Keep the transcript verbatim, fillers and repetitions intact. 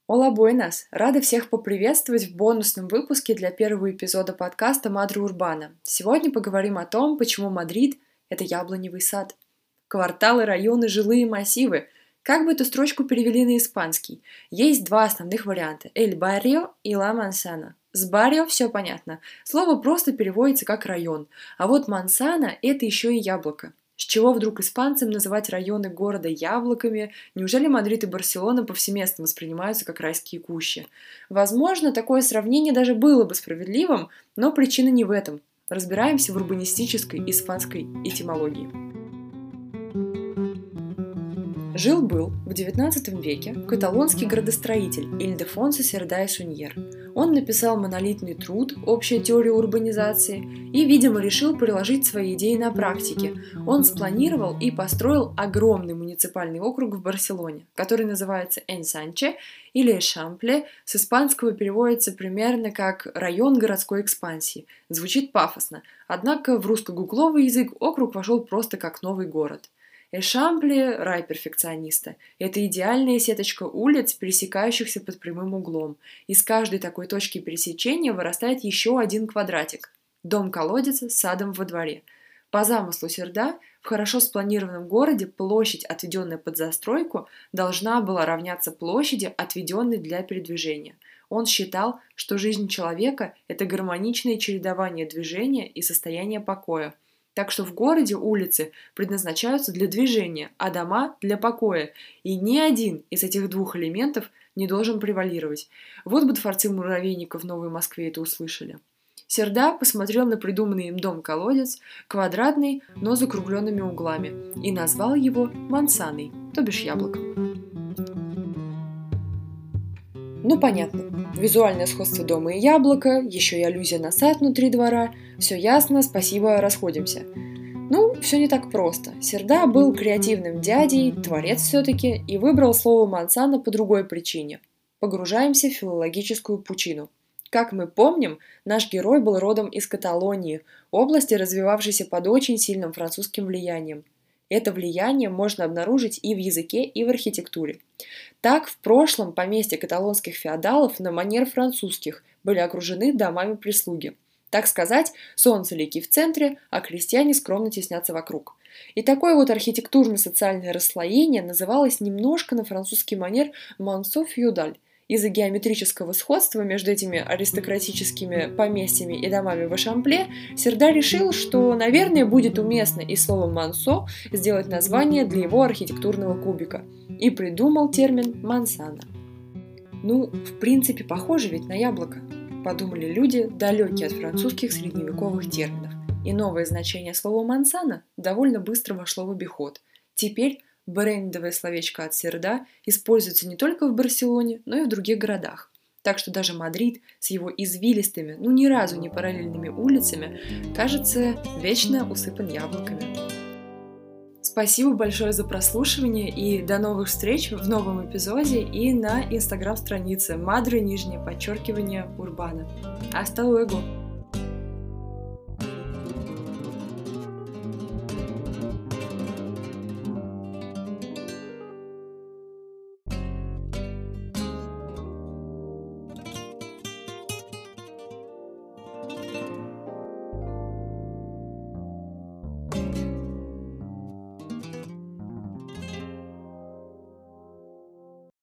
Ола буэнос! Рада всех поприветствовать в бонусном выпуске для первого эпизода подкаста «Мадре Урбана». Сегодня поговорим о том, почему Мадрид– это яблоневый сад. Кварталы, районы, жилые массивы. Как бы эту строчку перевели на испанский? Есть два основных варианта – «эль баррио» и «ла мансана». С баррио все понятно. Слово просто переводится как «район». А вот мансана – это еще и яблоко. С чего вдруг испанцам называть районы города яблоками? Неужели Мадрид и Барселона повсеместно воспринимаются как райские кущи? Возможно, такое сравнение даже было бы справедливым, но причина не в этом. Разбираемся в урбанистической испанской этимологии. Жил-был в девятнадцатом веке каталонский градостроитель Ильдефонсо Серда и Суньер. Он написал монолитный труд «Общая теория урбанизации» и, видимо, решил приложить свои идеи на практике. Он спланировал и построил огромный муниципальный округ в Барселоне, который называется Энсанче или Эшампле, с испанского переводится примерно как «район городской экспансии». Звучит пафосно, однако в русско-гугловый язык округ вошел просто как новый город. Эшампле – рай перфекциониста. Это идеальная сеточка улиц, пересекающихся под прямым углом. Из каждой такой точки пересечения вырастает еще один квадратик. Дом-колодец с садом во дворе. По замыслу Серда, в хорошо спланированном городе площадь, отведенная под застройку, должна была равняться площади, отведенной для передвижения. Он считал, что жизнь человека – это гармоничное чередование движения и состояния покоя. Так что в городе улицы предназначаются для движения, а дома – для покоя. И ни один из этих двух элементов не должен превалировать. Вот бы дворцы муравейников в Новой Москве это услышали. Серда посмотрел на придуманный им дом-колодец, квадратный, но с закругленными углами, и назвал его мансаной, то бишь яблоком. Ну, понятно. Визуальное сходство дома и яблока, еще и аллюзия на сад внутри двора. Все ясно, спасибо, расходимся. Ну, все не так просто. Серда был креативным дядей, творец все-таки, и выбрал слово «мансана» по другой причине. Погружаемся в филологическую пучину. Как мы помним, наш герой был родом из Каталонии, области, развивавшейся под очень сильным французским влиянием. Это влияние можно обнаружить и в языке, и в архитектуре. Так, в прошлом поместья каталонских феодалов на манер французских были окружены домами прислуги. Так сказать, солнце лики в центре, а крестьяне скромно теснятся вокруг. И такое вот архитектурно-социальное расслоение называлось немножко на французский манер «монсо фьюдаль». Из-за геометрического сходства между этими аристократическими поместьями и домами в Эшампле Серда решил, что, наверное, будет уместно из слова «мансо» сделать название для его архитектурного кубика, и придумал термин «мансана». Ну, в принципе, похоже ведь на яблоко, подумали люди, далекие от французских средневековых терминов, и новое значение слова «мансана» довольно быстро вошло в обиход. Теперь брендовое словечко от Серда используется не только в Барселоне, но и в других городах. Так что даже Мадрид с его извилистыми, ну ни разу не параллельными улицами, кажется, вечно усыпан яблоками. Спасибо большое за прослушивание и до новых встреч в новом эпизоде и на инстаграм-странице Мадре, нижнее подчеркивание, Урбана. Hasta luego!